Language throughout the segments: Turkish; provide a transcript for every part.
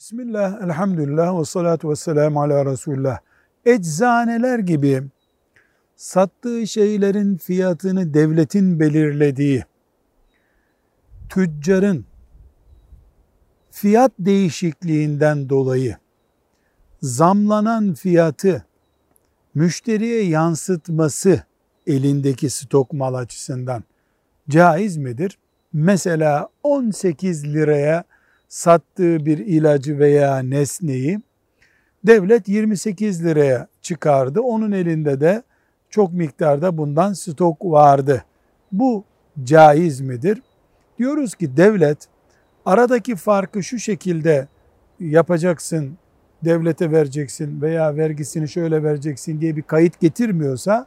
Bismillah, elhamdülillah ve salatu ve selamu ala Resulullah. Eczaneler gibi sattığı şeylerin fiyatını devletin belirlediği, tüccarın fiyat değişikliğinden dolayı zamlanan fiyatı müşteriye yansıtması elindeki stok mal açısından caiz midir? Mesela 18 liraya sattığı bir ilacı veya nesneyi devlet 28 liraya çıkardı. Onun elinde de çok miktarda bundan stok vardı. Bu caiz midir? Diyoruz ki devlet aradaki farkı şu şekilde yapacaksın, devlete vereceksin veya vergisini şöyle vereceksin diye bir kayıt getirmiyorsa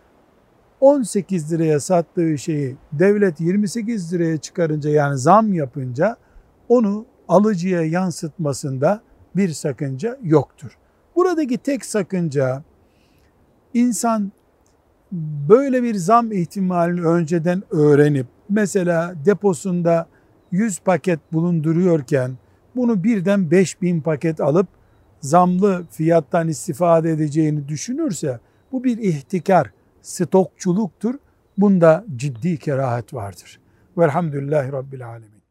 18 liraya sattığı şeyi devlet 28 liraya çıkarınca, yani zam yapınca, onu alıcıya yansıtmasında bir sakınca yoktur. Buradaki tek sakınca, insan böyle bir zam ihtimalini önceden öğrenip mesela deposunda 100 paket bulunduruyorken bunu birden 5000 paket alıp zamlı fiyattan istifade edeceğini düşünürse bu bir ihtikar, stokçuluktur. Bunda ciddi kerahat vardır. Velhamdülillahi Rabbil Alemin.